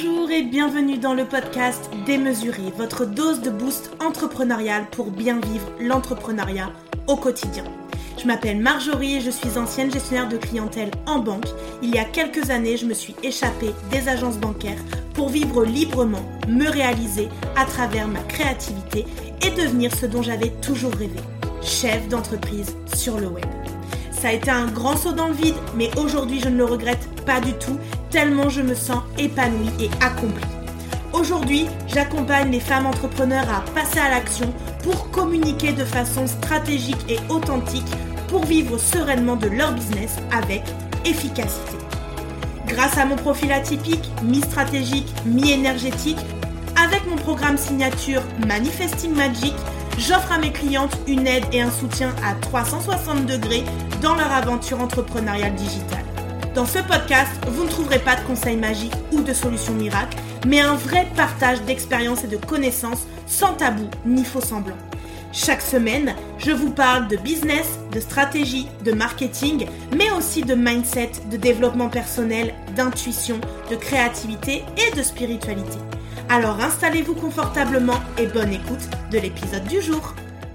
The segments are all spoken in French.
Bonjour et bienvenue dans le podcast Démesuré, votre dose de boost entrepreneurial pour bien vivre l'entrepreneuriat au quotidien. Je m'appelle Marjorie et je suis ancienne gestionnaire de clientèle en banque. Il y a quelques années, je me suis échappée des agences bancaires pour vivre librement, me réaliser à travers ma créativité et devenir ce dont j'avais toujours rêvé, chef d'entreprise sur le web. Ça a été un grand saut dans le vide, mais aujourd'hui je ne le regrette pas du tout, tellement je me sens épanouie et accomplie. Aujourd'hui, j'accompagne les femmes entrepreneurs à passer à l'action pour communiquer de façon stratégique et authentique pour vivre sereinement de leur business avec efficacité. Grâce à mon profil atypique, mi-stratégique, mi-énergétique, avec mon programme signature Manifesting Magic, j'offre à mes clientes une aide et un soutien à 360 degrés dans leur aventure entrepreneuriale digitale. Dans ce podcast, vous ne trouverez pas de conseils magiques ou de solutions miracles, mais un vrai partage d'expériences et de connaissances sans tabou ni faux semblants. Chaque semaine, je vous parle de business, de stratégie, de marketing, mais aussi de mindset, de développement personnel, d'intuition, de créativité et de spiritualité. Alors installez-vous confortablement et bonne écoute de l'épisode du jour.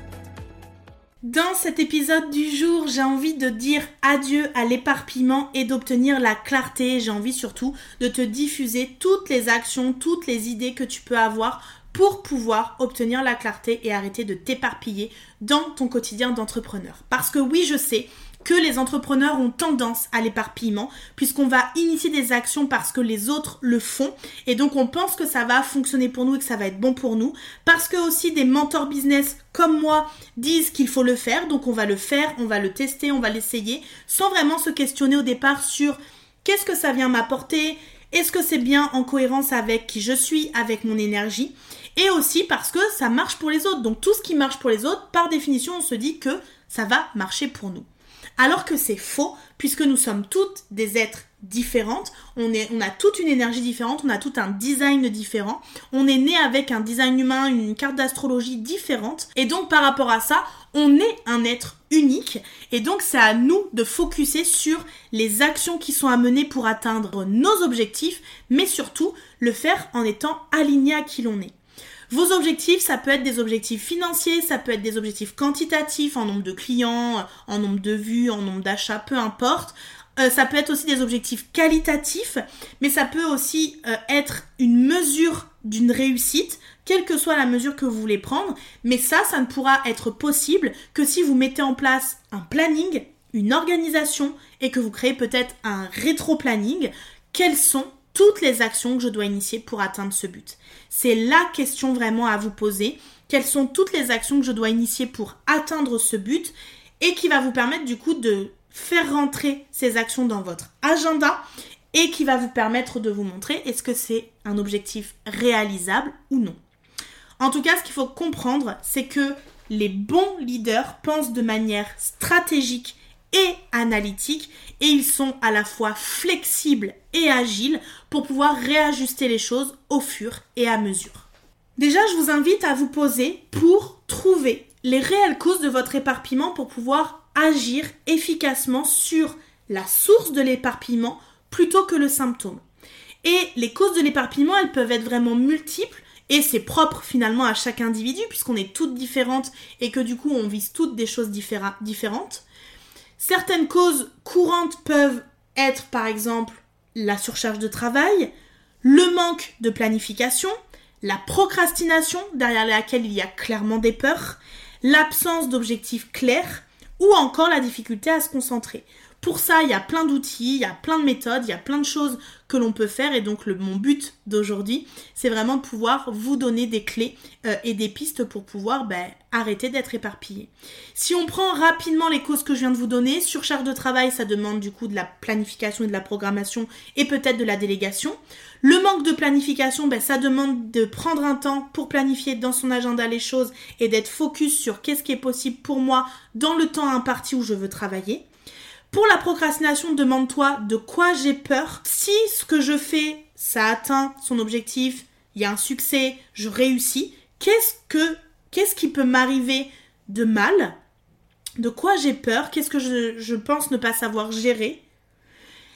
Dans cet épisode du jour, j'ai envie de dire adieu à l'éparpillement et d'obtenir la clarté. J'ai envie surtout de te diffuser toutes les actions, toutes les idées que tu peux avoir pour pouvoir obtenir la clarté et arrêter de t'éparpiller dans ton quotidien d'entrepreneur. Parce que oui, je sais que les entrepreneurs ont tendance à l'éparpillement puisqu'on va initier des actions parce que les autres le font et donc on pense que ça va fonctionner pour nous et que ça va être bon pour nous parce que aussi des mentors business comme moi disent qu'il faut le faire, donc on va le faire, on va le tester, on va l'essayer sans vraiment se questionner au départ sur qu'est-ce que ça vient m'apporter, est-ce que c'est bien en cohérence avec qui je suis, avec mon énergie et aussi parce que ça marche pour les autres, donc tout ce qui marche pour les autres, par définition on se dit que ça va marcher pour nous. Alors que c'est faux, puisque nous sommes toutes des êtres différentes, on a toute une énergie différente, on a tout un design différent, on est né avec un design humain, une carte d'astrologie différente, et donc par rapport à ça, on est un être unique, et donc c'est à nous de focuser sur les actions qui sont à mener pour atteindre nos objectifs, mais surtout le faire en étant aligné à qui l'on est. Vos objectifs, ça peut être des objectifs financiers, ça peut être des objectifs quantitatifs en nombre de clients, en nombre de vues, en nombre d'achats, peu importe. Ça peut être aussi des objectifs qualitatifs, mais ça peut aussi être une mesure d'une réussite, quelle que soit la mesure que vous voulez prendre. Mais ça ne pourra être possible que si vous mettez en place un planning, une organisation et que vous créez peut-être un rétro-planning. Quelles sont toutes les actions que je dois initier pour atteindre ce but? C'est la question vraiment à vous poser. Quelles sont toutes les actions que je dois initier pour atteindre ce but et qui va vous permettre du coup de faire rentrer ces actions dans votre agenda et qui va vous permettre de vous montrer est-ce que c'est un objectif réalisable ou non. En tout cas, ce qu'il faut comprendre, c'est que les bons leaders pensent de manière stratégique et analytique et ils sont à la fois flexibles et agiles pour pouvoir réajuster les choses au fur et à mesure. Déjà, je vous invite à vous poser pour trouver les réelles causes de votre éparpillement pour pouvoir agir efficacement sur la source de l'éparpillement plutôt que le symptôme. Et les causes de l'éparpillement, elles peuvent être vraiment multiples et c'est propre finalement à chaque individu puisqu'on est toutes différentes et que du coup on vise toutes des choses différentes. Certaines causes courantes peuvent être par exemple la surcharge de travail, le manque de planification, la procrastination derrière laquelle il y a clairement des peurs, l'absence d'objectifs clairs ou encore la difficulté à se concentrer. Pour ça, il y a plein d'outils, il y a plein de méthodes, il y a plein de choses que l'on peut faire et donc mon but d'aujourd'hui, c'est vraiment de pouvoir vous donner des clés et des pistes pour pouvoir arrêter d'être éparpillé. Si on prend rapidement les causes que je viens de vous donner, surcharge de travail, ça demande du coup de la planification et de la programmation et peut-être de la délégation. Le manque de planification, ça demande de prendre un temps pour planifier dans son agenda les choses et d'être focus sur qu'est-ce qui est possible pour moi dans le temps imparti où je veux travailler. Pour la procrastination, demande-toi de quoi j'ai peur. Si ce que je fais, ça atteint son objectif, il y a un succès, je réussis, qu'est-ce qui peut m'arriver de mal? De quoi j'ai peur? Qu'est-ce que je pense ne pas savoir gérer?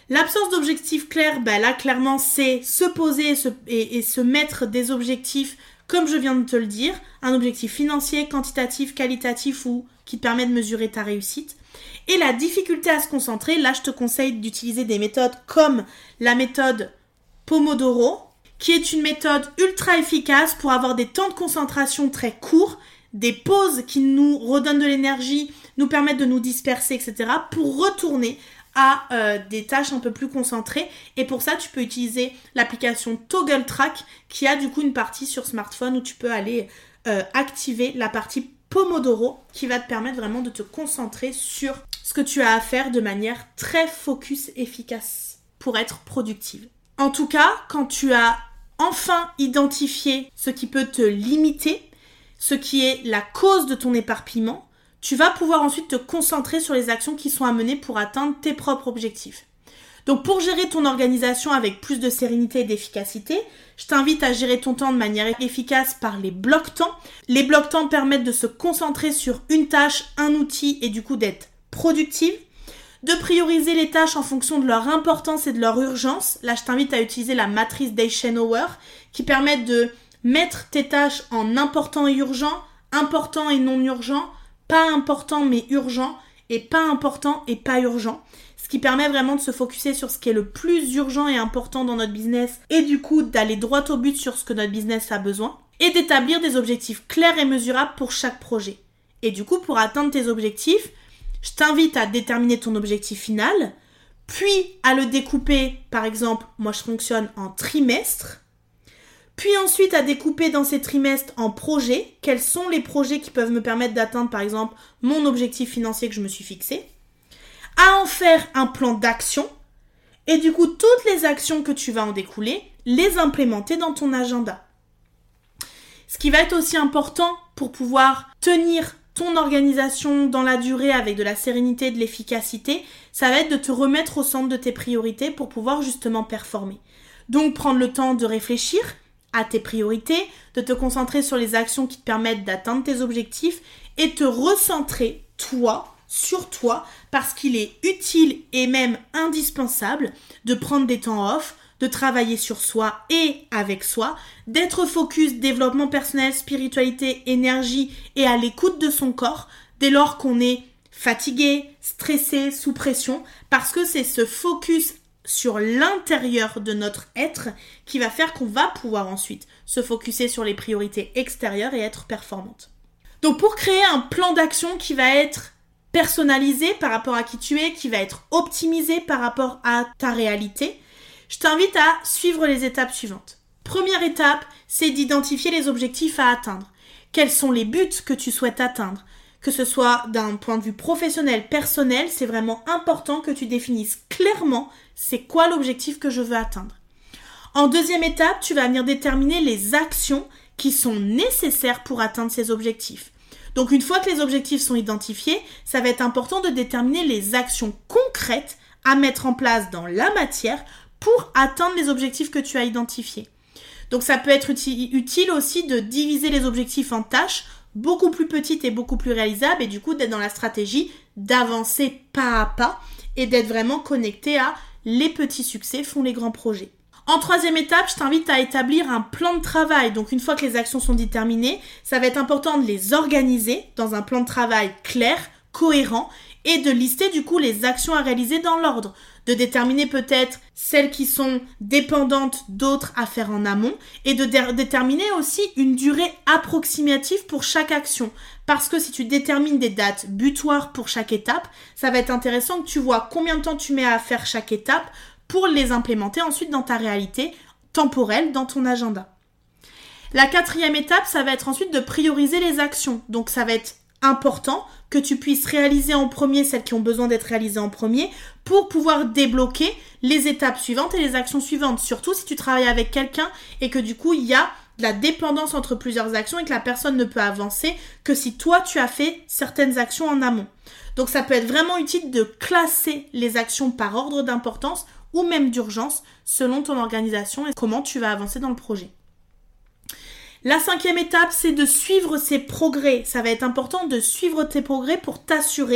L'absence d'objectifs clairs, là clairement c'est se poser et se mettre des objectifs comme je viens de te le dire, un objectif financier, quantitatif, qualitatif ou qui te permet de mesurer ta réussite. Et la difficulté à se concentrer, là je te conseille d'utiliser des méthodes comme la méthode Pomodoro, qui est une méthode ultra efficace pour avoir des temps de concentration très courts, des pauses qui nous redonnent de l'énergie, nous permettent de nous disperser, etc. pour retourner à des tâches un peu plus concentrées. Et pour ça, tu peux utiliser l'application Toggle Track qui a du coup une partie sur smartphone où tu peux aller activer la partie Pomodoro qui va te permettre vraiment de te concentrer sur ce que tu as à faire de manière très focus efficace pour être productive. En tout cas, quand tu as enfin identifié ce qui peut te limiter, ce qui est la cause de ton éparpillement, tu vas pouvoir ensuite te concentrer sur les actions qui sont à mener pour atteindre tes propres objectifs. Donc pour gérer ton organisation avec plus de sérénité et d'efficacité, je t'invite à gérer ton temps de manière efficace par les blocs-temps. Les blocs-temps permettent de se concentrer sur une tâche, un outil et du coup d'être productive. De prioriser les tâches en fonction de leur importance et de leur urgence. Là, je t'invite à utiliser la matrice d'Eisenhower qui permet de mettre tes tâches en important et urgent, important et non urgent, pas important mais urgent et pas important et pas urgent. Ce qui permet vraiment de se focuser sur ce qui est le plus urgent et important dans notre business et du coup d'aller droit au but sur ce que notre business a besoin et d'établir des objectifs clairs et mesurables pour chaque projet. Et du coup, pour atteindre tes objectifs, je t'invite à déterminer ton objectif final, puis à le découper, par exemple, moi je fonctionne en trimestres, puis ensuite à découper dans ces trimestres en projets, quels sont les projets qui peuvent me permettre d'atteindre par exemple mon objectif financier que je me suis fixé, à en faire un plan d'action, et du coup toutes les actions que tu vas en découler, les implémenter dans ton agenda. Ce qui va être aussi important pour pouvoir tenir ton organisation dans la durée avec de la sérénité et de l'efficacité, ça va être de te remettre au centre de tes priorités pour pouvoir justement performer. Donc prendre le temps de réfléchir à tes priorités, de te concentrer sur les actions qui te permettent d'atteindre tes objectifs et te recentrer sur toi parce qu'il est utile et même indispensable de prendre des temps off, de travailler sur soi et avec soi, d'être focus, développement personnel, spiritualité, énergie et à l'écoute de son corps dès lors qu'on est fatigué, stressé, sous pression, parce que c'est ce focus sur l'intérieur de notre être qui va faire qu'on va pouvoir ensuite se focuser sur les priorités extérieures et être performante. Donc pour créer un plan d'action qui va être personnalisé par rapport à qui tu es, qui va être optimisé par rapport à ta réalité, je t'invite à suivre les étapes suivantes. Première étape, c'est d'identifier les objectifs à atteindre. Quels sont les buts que tu souhaites atteindre ? Que ce soit d'un point de vue professionnel, personnel, c'est vraiment important que tu définisses clairement c'est quoi l'objectif que je veux atteindre. En deuxième étape, tu vas venir déterminer les actions qui sont nécessaires pour atteindre ces objectifs. Donc une fois que les objectifs sont identifiés, ça va être important de déterminer les actions concrètes à mettre en place dans la matière pour atteindre les objectifs que tu as identifiés. Donc ça peut être utile aussi de diviser les objectifs en tâches beaucoup plus petites et beaucoup plus réalisables et du coup d'être dans la stratégie d'avancer pas à pas et d'être vraiment connecté à les petits succès font les grands projets. En troisième étape, je t'invite à établir un plan de travail. Donc une fois que les actions sont déterminées, ça va être important de les organiser dans un plan de travail clair, cohérent et de lister du coup les actions à réaliser dans l'ordre. De déterminer peut-être celles qui sont dépendantes d'autres à faire en amont et de déterminer aussi une durée approximative pour chaque action. Parce que si tu détermines des dates butoirs pour chaque étape, ça va être intéressant que tu vois combien de temps tu mets à faire chaque étape pour les implémenter ensuite dans ta réalité temporelle, dans ton agenda. La quatrième étape, ça va être ensuite de prioriser les actions. Donc ça va être important que tu puisses réaliser en premier celles qui ont besoin d'être réalisées en premier pour pouvoir débloquer les étapes suivantes et les actions suivantes. Surtout si tu travailles avec quelqu'un et que du coup il y a de la dépendance entre plusieurs actions et que la personne ne peut avancer que si toi tu as fait certaines actions en amont. Donc ça peut être vraiment utile de classer les actions par ordre d'importance ou même d'urgence selon ton organisation et comment tu vas avancer dans le projet. La cinquième étape, c'est de suivre ses progrès. Ça va être important de suivre tes progrès pour t'assurer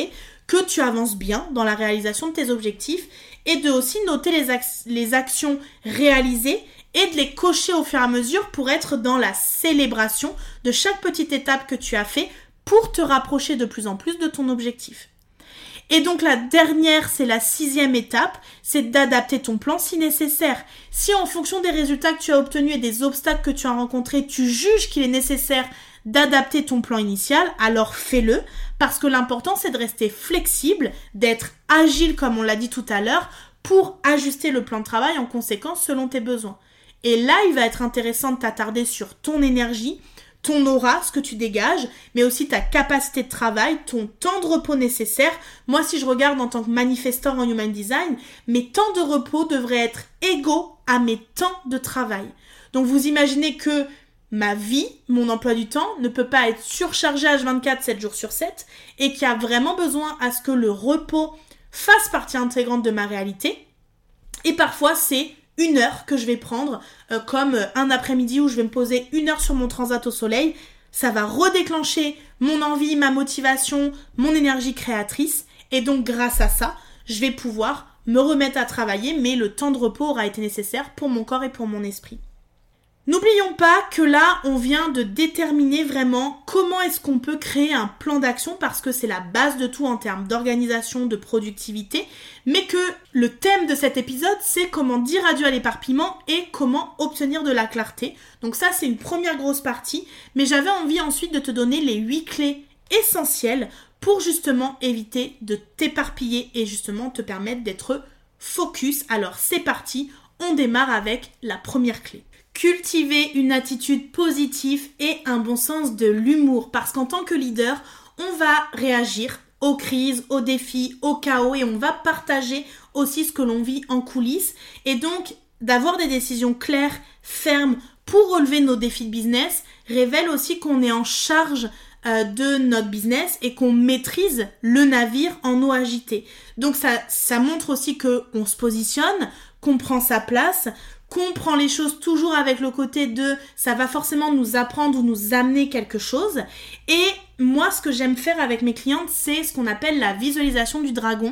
que tu avances bien dans la réalisation de tes objectifs et de aussi noter les actions réalisées et de les cocher au fur et à mesure pour être dans la célébration de chaque petite étape que tu as fait pour te rapprocher de plus en plus de ton objectif. Et donc la dernière, c'est la 6e étape, c'est d'adapter ton plan si nécessaire. Si en fonction des résultats que tu as obtenus et des obstacles que tu as rencontrés, tu juges qu'il est nécessaire d'adapter ton plan initial, alors fais-le, parce que l'important c'est de rester flexible, d'être agile comme on l'a dit tout à l'heure, pour ajuster le plan de travail en conséquence selon tes besoins. Et là, il va être intéressant de t'attarder sur ton énergie, ton aura, ce que tu dégages, mais aussi ta capacité de travail, ton temps de repos nécessaire. Moi, si je regarde en tant que manifestor en Human Design, mes temps de repos devraient être égaux à mes temps de travail. Donc, vous imaginez que ma vie, mon emploi du temps, ne peut pas être surchargé H24, 7 jours sur 7, et qu'il y a vraiment besoin à ce que le repos fasse partie intégrante de ma réalité. Et parfois, c'est 1 heure que je vais prendre comme un après-midi où je vais me poser 1 heure sur mon transat au soleil. Ça va redéclencher mon envie, ma motivation, mon énergie créatrice. Et donc, grâce à ça, je vais pouvoir me remettre à travailler, mais le temps de repos aura été nécessaire pour mon corps et pour mon esprit. N'oublions pas que là, on vient de déterminer vraiment comment est-ce qu'on peut créer un plan d'action parce que c'est la base de tout en termes d'organisation, de productivité, mais que le thème de cet épisode, c'est comment dire adieu à l'éparpillement et comment obtenir de la clarté. Donc ça, c'est une première grosse partie, mais j'avais envie ensuite de te donner les 8 clés essentielles pour justement éviter de t'éparpiller et justement te permettre d'être focus. Alors c'est parti, on démarre avec la première clé. Cultiver une attitude positive et un bon sens de l'humour parce qu'en tant que leader, on va réagir aux crises, aux défis, au chaos et on va partager aussi ce que l'on vit en coulisses et donc d'avoir des décisions claires, fermes pour relever nos défis de business révèle aussi qu'on est en charge de notre business et qu'on maîtrise le navire en eau agitée. Donc ça montre aussi qu'on se positionne, qu'on prend sa place, qu'on prend les choses toujours avec le côté de ça va forcément nous apprendre ou nous amener quelque chose. Et moi, ce que j'aime faire avec mes clientes, c'est ce qu'on appelle la visualisation du dragon.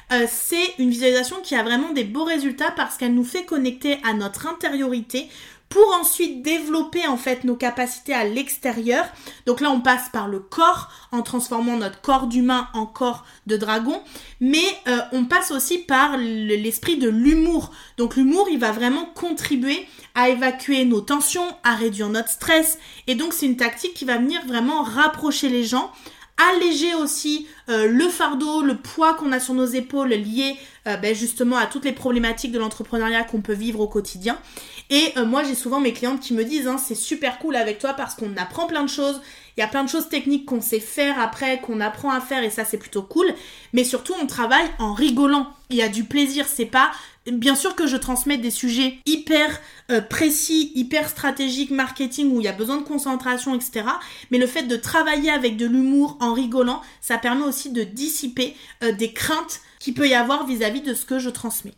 C'est une visualisation qui a vraiment des beaux résultats parce qu'elle nous fait connecter à notre intériorité pour ensuite développer en fait nos capacités à l'extérieur. Donc là, on passe par le corps en transformant notre corps d'humain en corps de dragon, mais on passe aussi par l'esprit de l'humour. Donc l'humour, il va vraiment contribuer à évacuer nos tensions, à réduire notre stress, et donc c'est une tactique qui va venir vraiment rapprocher les gens, alléger aussi le fardeau, le poids qu'on a sur nos épaules lié justement à toutes les problématiques de l'entrepreneuriat qu'on peut vivre au quotidien. Et moi, j'ai souvent mes clientes qui me disent c'est super cool avec toi parce qu'on apprend plein de choses. Il y a plein de choses techniques qu'on sait faire après, qu'on apprend à faire et ça, c'est plutôt cool. Mais surtout, on travaille en rigolant. Il y a du plaisir. C'est pas... Bien sûr que je transmets des sujets hyper précis, hyper stratégiques, marketing, où il y a besoin de concentration, etc. Mais le fait de travailler avec de l'humour en rigolant, ça permet aussi de dissiper des craintes qu'il peut y avoir vis-à-vis de ce que je transmets.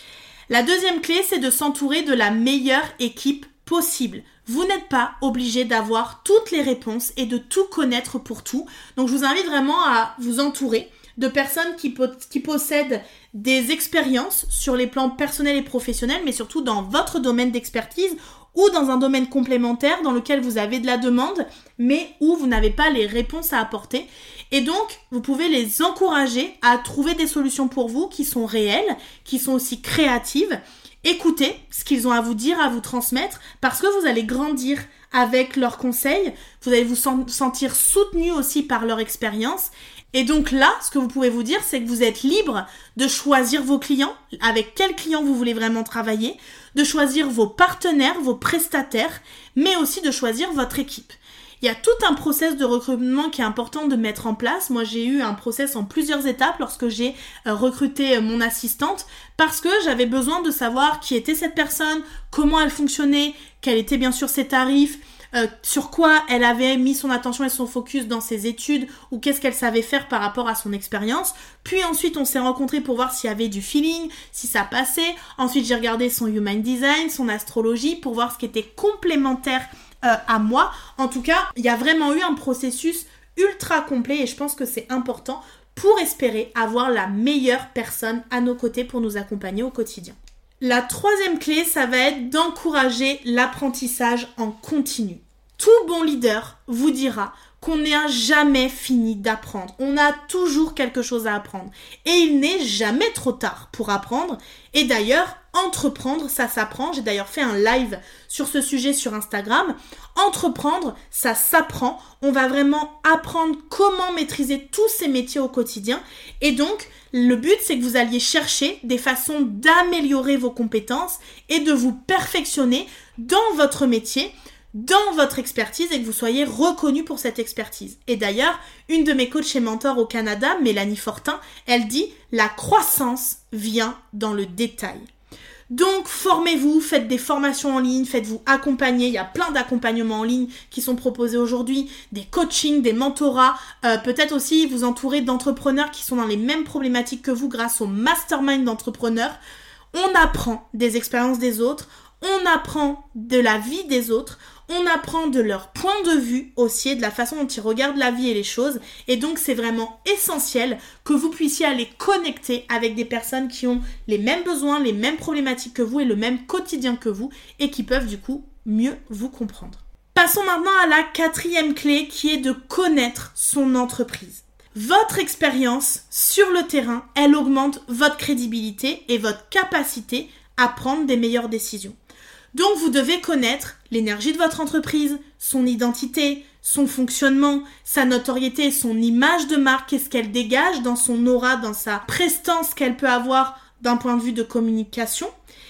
La deuxième clé, c'est de s'entourer de la meilleure équipe possible. Vous n'êtes pas obligé d'avoir toutes les réponses et de tout connaître pour tout. Donc, je vous invite vraiment à vous entourer de personnes qui possèdent des expériences sur les plans personnels et professionnels, mais surtout dans votre domaine d'expertise ou dans un domaine complémentaire dans lequel vous avez de la demande, mais où vous n'avez pas les réponses à apporter. Et donc, vous pouvez les encourager à trouver des solutions pour vous qui sont réelles, qui sont aussi créatives. Écoutez ce qu'ils ont à vous dire, à vous transmettre, parce que vous allez grandir avec leurs conseils, vous allez vous sentir soutenu aussi par leur expérience. Et donc là, ce que vous pouvez vous dire, c'est que vous êtes libre de choisir vos clients, avec quels clients vous voulez vraiment travailler, de choisir vos partenaires, vos prestataires, mais aussi de choisir votre équipe. Il y a tout un process de recrutement qui est important de mettre en place. Moi, j'ai eu un process en plusieurs étapes lorsque j'ai recruté mon assistante parce que j'avais besoin de savoir qui était cette personne, comment elle fonctionnait, quels étaient bien sûr ses tarifs, sur quoi elle avait mis son attention et son focus dans ses études ou qu'est-ce qu'elle savait faire par rapport à son expérience. Puis ensuite, on s'est rencontrés pour voir s'il y avait du feeling, si ça passait. Ensuite, j'ai regardé son Human Design, son astrologie pour voir ce qui était complémentaire à moi. En tout cas, il y a vraiment eu un processus ultra complet et je pense que c'est important pour espérer avoir la meilleure personne à nos côtés pour nous accompagner au quotidien. La troisième clé, ça va être d'encourager l'apprentissage en continu. Tout bon leader vous dira qu'on n'a jamais fini d'apprendre. On a toujours quelque chose à apprendre. Et il n'est jamais trop tard pour apprendre. Et d'ailleurs, entreprendre, ça s'apprend. J'ai d'ailleurs fait un live sur ce sujet sur Instagram. Entreprendre, ça s'apprend. On va vraiment apprendre comment maîtriser tous ces métiers au quotidien. Et donc, le but, c'est que vous alliez chercher des façons d'améliorer vos compétences et de vous perfectionner dans votre métier, dans votre expertise et que vous soyez reconnu pour cette expertise. Et d'ailleurs, une de mes coachs et mentors au Canada, Mélanie Fortin, elle dit « La croissance vient dans le détail ». Donc, formez-vous, faites des formations en ligne, faites-vous accompagner. Il y a plein d'accompagnements en ligne qui sont proposés aujourd'hui, des coachings, des mentorats. Peut-être aussi vous entourer d'entrepreneurs qui sont dans les mêmes problématiques que vous grâce au mastermind d'entrepreneurs. On apprend des expériences des autres, on apprend de la vie des autres, on apprend de leur point de vue aussi et de la façon dont ils regardent la vie et les choses. Et donc, c'est vraiment essentiel que vous puissiez aller connecter avec des personnes qui ont les mêmes besoins, les mêmes problématiques que vous et le même quotidien que vous et qui peuvent du coup mieux vous comprendre. Passons maintenant à la quatrième clé qui est de connaître son entreprise. Votre expérience sur le terrain, elle augmente votre crédibilité et votre capacité à prendre des meilleures décisions. Donc, vous devez connaître l'énergie de votre entreprise, son identité, son fonctionnement, sa notoriété, son image de marque, qu'est-ce qu'elle dégage dans son aura, dans sa prestance qu'elle peut avoir d'un point de vue de communication.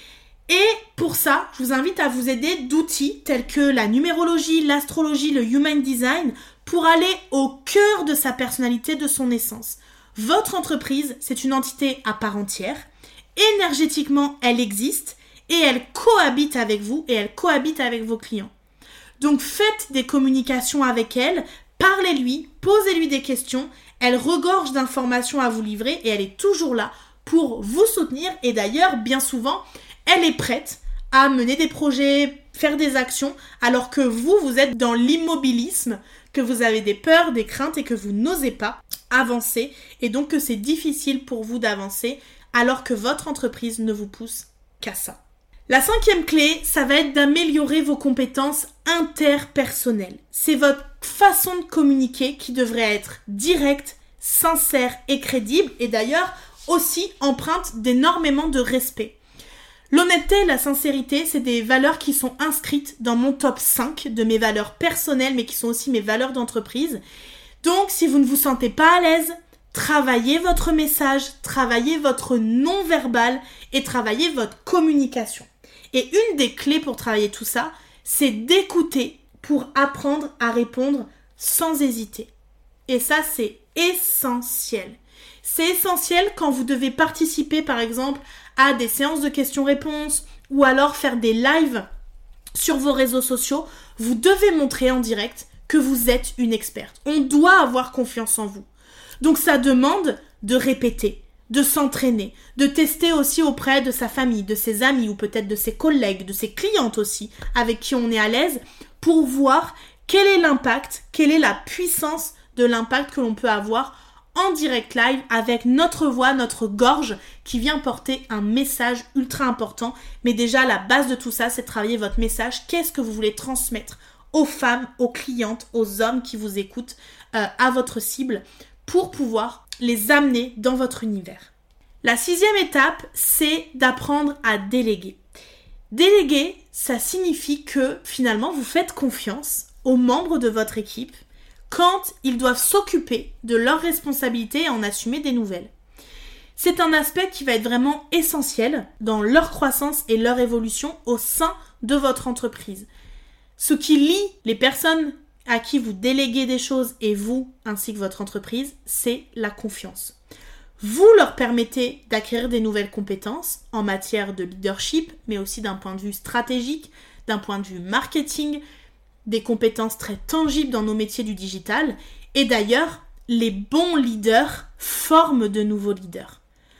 Et pour ça, je vous invite à vous aider d'outils tels que la numérologie, l'astrologie, le human design pour aller au cœur de sa personnalité, de son essence. Votre entreprise, c'est une entité à part entière. Énergétiquement, elle existe. Et elle cohabite avec vous et elle cohabite avec vos clients. Donc faites des communications avec elle, parlez-lui, posez-lui des questions, elle regorge d'informations à vous livrer et elle est toujours là pour vous soutenir et d'ailleurs bien souvent elle est prête à mener des projets, faire des actions alors que vous êtes dans l'immobilisme, que vous avez des peurs, des craintes et que vous n'osez pas avancer et donc que c'est difficile pour vous d'avancer alors que votre entreprise ne vous pousse qu'à ça. La cinquième clé, ça va être d'améliorer vos compétences interpersonnelles. C'est votre façon de communiquer qui devrait être directe, sincère et crédible et d'ailleurs aussi empreinte d'énormément de respect. L'honnêteté et la sincérité, c'est des valeurs qui sont inscrites dans mon top 5 de mes valeurs personnelles mais qui sont aussi mes valeurs d'entreprise. Donc, si vous ne vous sentez pas à l'aise, travaillez votre message, travaillez votre non-verbal et travaillez votre communication. Et une des clés pour travailler tout ça, c'est d'écouter pour apprendre à répondre sans hésiter. Et ça, c'est essentiel. C'est essentiel quand vous devez participer, par exemple, à des séances de questions-réponses ou alors faire des lives sur vos réseaux sociaux. Vous devez montrer en direct que vous êtes une experte. On doit avoir confiance en vous. Donc, ça demande de répéter, de s'entraîner, de tester aussi auprès de sa famille, de ses amis ou peut-être de ses collègues, de ses clientes aussi, avec qui on est à l'aise, pour voir quel est l'impact, quelle est la puissance de l'impact que l'on peut avoir en direct live avec notre voix, notre gorge qui vient porter un message ultra important. Mais déjà, la base de tout ça, c'est de travailler votre message. Qu'est-ce que vous voulez transmettre aux femmes, aux clientes, aux hommes qui vous écoutent, à votre cible pour pouvoir les amener dans votre univers. La sixième étape, c'est d'apprendre à déléguer. Déléguer, ça signifie que finalement, vous faites confiance aux membres de votre équipe quand ils doivent s'occuper de leurs responsabilités et en assumer des nouvelles. C'est un aspect qui va être vraiment essentiel dans leur croissance et leur évolution au sein de votre entreprise. Ce qui lie les personnes à qui vous déléguez des choses et vous, ainsi que votre entreprise, c'est la confiance. Vous leur permettez d'acquérir des nouvelles compétences en matière de leadership, mais aussi d'un point de vue stratégique, d'un point de vue marketing, des compétences très tangibles dans nos métiers du digital. Et d'ailleurs, les bons leaders forment de nouveaux leaders.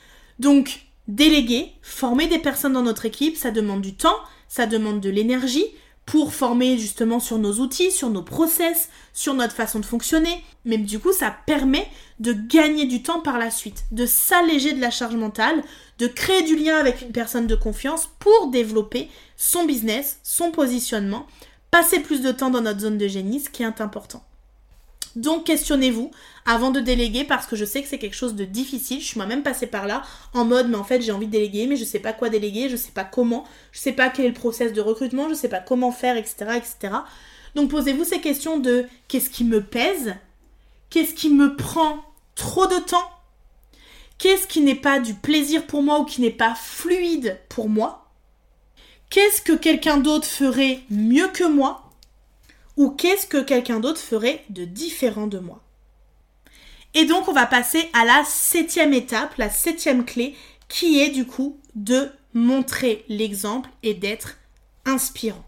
Donc, déléguer, former des personnes dans notre équipe, ça demande du temps, ça demande de l'énergie. pour former justement sur nos outils, sur nos process, sur notre façon de fonctionner. Mais du coup, ça permet de gagner du temps par la suite, de s'alléger de la charge mentale, de créer du lien avec une personne de confiance pour développer son business, son positionnement, passer plus de temps dans notre zone de génie, ce qui est important. Donc questionnez-vous avant de déléguer parce que je sais que c'est quelque chose de difficile. Je suis moi-même passée par là en mode mais en fait j'ai envie de déléguer mais je sais pas quoi déléguer, je sais pas comment, je sais pas quel est le process de recrutement, je sais pas comment faire, etc. etc. Donc posez-vous ces questions de qu'est-ce qui me pèse, qu'est-ce qui me prend trop de temps, qu'est-ce qui n'est pas du plaisir pour moi ou qui n'est pas fluide pour moi, qu'est-ce que quelqu'un d'autre ferait mieux que moi, ou qu'est-ce que quelqu'un d'autre ferait de différent de moi. Et donc, on va passer à la 7e étape, la 7e clé, qui est du coup de montrer l'exemple et d'être inspirant.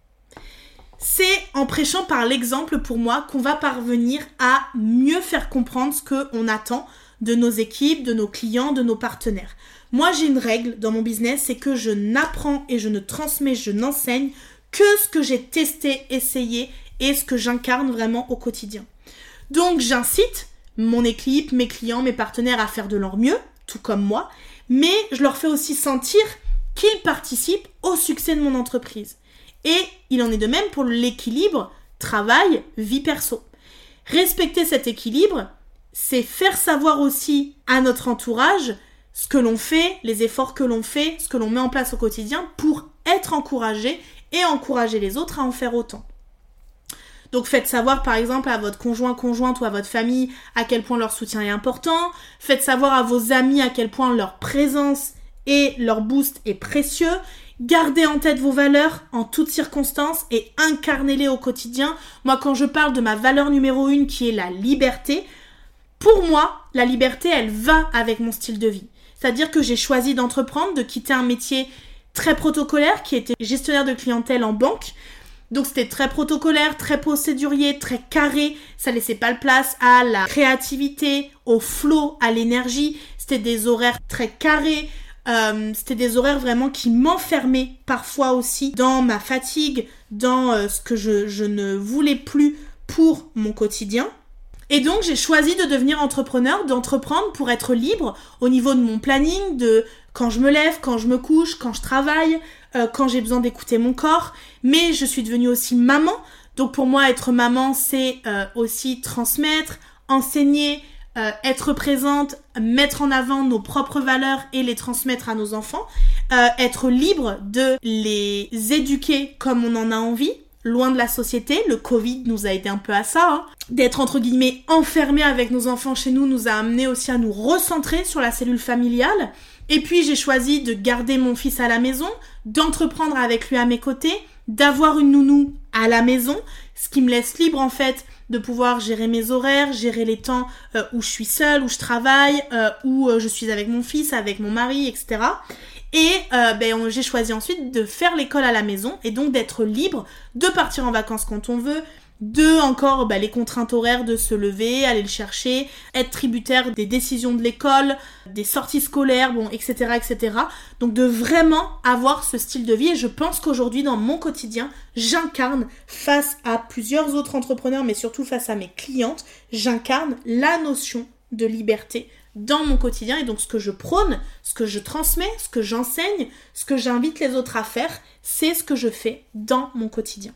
C'est en prêchant par l'exemple, pour moi, qu'on va parvenir à mieux faire comprendre ce qu'on attend de nos équipes, de nos clients, de nos partenaires. Moi, j'ai une règle dans mon business, c'est que je n'apprends et je ne transmets, je n'enseigne que ce que j'ai testé, essayé et ce que j'incarne vraiment au quotidien. Donc j'incite mon équipe, mes clients, mes partenaires à faire de leur mieux, tout comme moi, mais je leur fais aussi sentir qu'ils participent au succès de mon entreprise. Et il en est de même pour l'équilibre travail, vie perso. Respecter cet équilibre, c'est faire savoir aussi à notre entourage ce que l'on fait, les efforts que l'on fait, ce que l'on met en place au quotidien pour être encouragé et encourager les autres à en faire autant. Donc faites savoir par exemple à votre conjointe ou à votre famille à quel point leur soutien est important. Faites savoir à vos amis à quel point leur présence et leur boost est précieux. Gardez en tête vos valeurs en toutes circonstances et incarnez-les au quotidien. Moi, quand je parle de ma valeur numéro 1 qui est la liberté, pour moi, la liberté, elle va avec mon style de vie. C'est-à-dire que j'ai choisi d'entreprendre, de quitter un métier très protocolaire qui était gestionnaire de clientèle en banque. Donc c'était très protocolaire, très procédurier, très carré. Ça laissait pas de place à la créativité, au flow, à l'énergie. C'était des horaires très carrés. C'était des horaires vraiment qui m'enfermaient parfois aussi dans ma fatigue, dans ce que je ne voulais plus pour mon quotidien. Et donc, j'ai choisi de devenir entrepreneur, d'entreprendre pour être libre au niveau de mon planning, de quand je me lève, quand je me couche, quand je travaille, quand j'ai besoin d'écouter mon corps. Mais je suis devenue aussi maman. Donc, pour moi, être maman, c'est aussi transmettre, enseigner, être présente, mettre en avant nos propres valeurs et les transmettre à nos enfants. Être libre de les éduquer comme on en a envie. Loin de la société, le Covid nous a aidé un peu à ça, D'être entre guillemets enfermés avec nos enfants chez nous a amené aussi à nous recentrer sur la cellule familiale. Et puis j'ai choisi de garder mon fils à la maison, d'entreprendre avec lui à mes côtés, d'avoir une nounou à la maison, ce qui me laisse libre en fait de pouvoir gérer mes horaires, gérer les temps où je suis seule, où je travaille, où je suis avec mon fils, avec mon mari, etc. Et j'ai choisi ensuite de faire l'école à la maison et donc d'être libre, de partir en vacances quand on veut, de encore les contraintes horaires de se lever, aller le chercher, être tributaire des décisions de l'école, des sorties scolaires, etc., etc. Donc de vraiment avoir ce style de vie et je pense qu'aujourd'hui dans mon quotidien, j'incarne face à plusieurs autres entrepreneurs mais surtout face à mes clientes, j'incarne la notion de liberté dans mon quotidien et donc ce que je prône, ce que je transmets, ce que j'enseigne, ce que j'invite les autres à faire, c'est ce que je fais dans mon quotidien.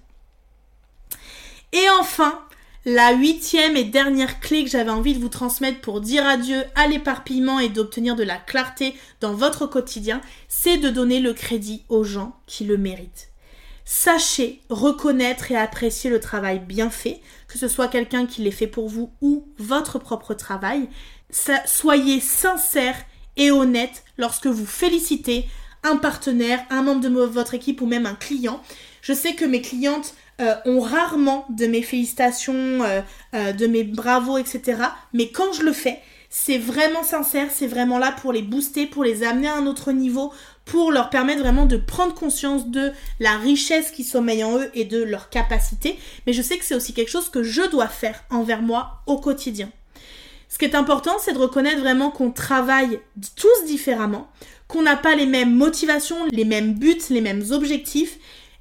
Et enfin, la 8e et dernière clé que j'avais envie de vous transmettre pour dire adieu à l'éparpillement et d'obtenir de la clarté dans votre quotidien, c'est de donner le crédit aux gens qui le méritent. Sachez reconnaître et apprécier le travail bien fait, que ce soit quelqu'un qui l'ait fait pour vous ou votre propre travail. Soyez sincère et honnête lorsque vous félicitez un partenaire, un membre de votre équipe ou même un client. Je sais que mes clientes ont rarement de mes félicitations, de mes bravos, etc. Mais quand je le fais, c'est vraiment sincère, c'est vraiment là pour les booster, pour les amener à un autre niveau, pour leur permettre vraiment de prendre conscience de la richesse qui sommeille en eux et de leur capacité. Mais je sais que c'est aussi quelque chose que je dois faire envers moi au quotidien. Ce qui est important, c'est de reconnaître vraiment qu'on travaille tous différemment, qu'on n'a pas les mêmes motivations, les mêmes buts, les mêmes objectifs,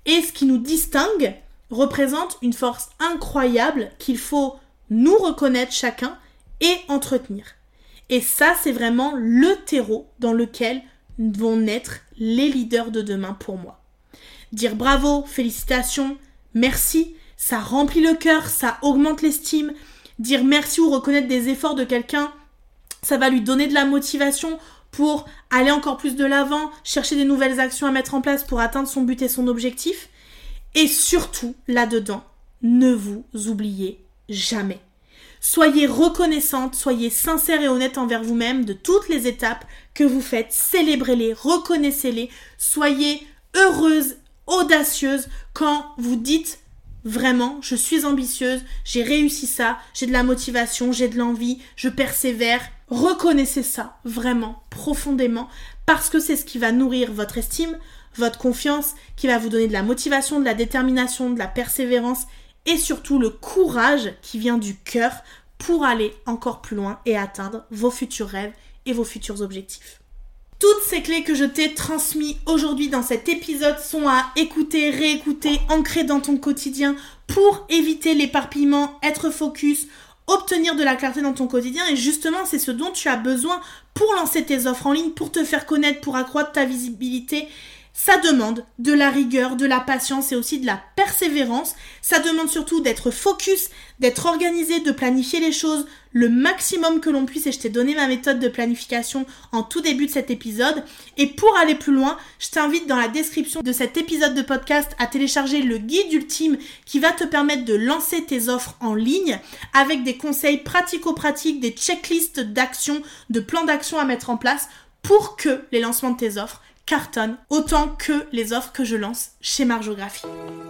et ce qui nous distingue représente une force incroyable qu'il faut nous reconnaître chacun et entretenir. Et ça, c'est vraiment le terreau dans lequel vont naître les leaders de demain pour moi. Dire bravo, félicitations, merci, ça remplit le cœur, ça augmente l'estime. Dire merci ou reconnaître des efforts de quelqu'un, ça va lui donner de la motivation pour aller encore plus de l'avant, chercher des nouvelles actions à mettre en place pour atteindre son but et son objectif. Et surtout, là-dedans, ne vous oubliez jamais. Soyez reconnaissante, soyez sincère et honnête envers vous-même de toutes les étapes que vous faites. Célébrez-les, reconnaissez-les. Soyez heureuse, audacieuse quand vous dites vraiment, je suis ambitieuse, j'ai réussi ça, j'ai de la motivation, j'ai de l'envie, je persévère. Reconnaissez ça vraiment, profondément, parce que c'est ce qui va nourrir votre estime, votre confiance, qui va vous donner de la motivation, de la détermination, de la persévérance et surtout le courage qui vient du cœur pour aller encore plus loin et atteindre vos futurs rêves et vos futurs objectifs. Toutes ces clés que je t'ai transmises aujourd'hui dans cet épisode sont à écouter, réécouter, ancrer dans ton quotidien pour éviter l'éparpillement, être focus, obtenir de la clarté dans ton quotidien. Et justement, c'est ce dont tu as besoin pour lancer tes offres en ligne, pour te faire connaître, pour accroître ta visibilité. Ça demande de la rigueur, de la patience et aussi de la persévérance. Ça demande surtout d'être focus, d'être organisé, de planifier les choses le maximum que l'on puisse. Et je t'ai donné ma méthode de planification en tout début de cet épisode. Et pour aller plus loin, je t'invite dans la description de cet épisode de podcast à télécharger le guide ultime qui va te permettre de lancer tes offres en ligne avec des conseils pratico-pratiques, des checklists d'actions, de plans d'action à mettre en place pour que les lancements de tes offres cartonne autant que les offres que je lance chez Marjographie.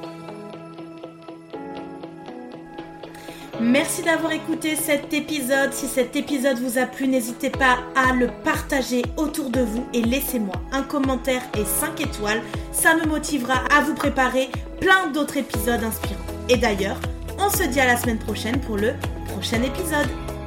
Merci d'avoir écouté cet épisode. Si cet épisode vous a plu, n'hésitez pas à le partager autour de vous et laissez-moi un commentaire et 5 étoiles. Ça me motivera à vous préparer plein d'autres épisodes inspirants. Et d'ailleurs, on se dit à la semaine prochaine pour le prochain épisode.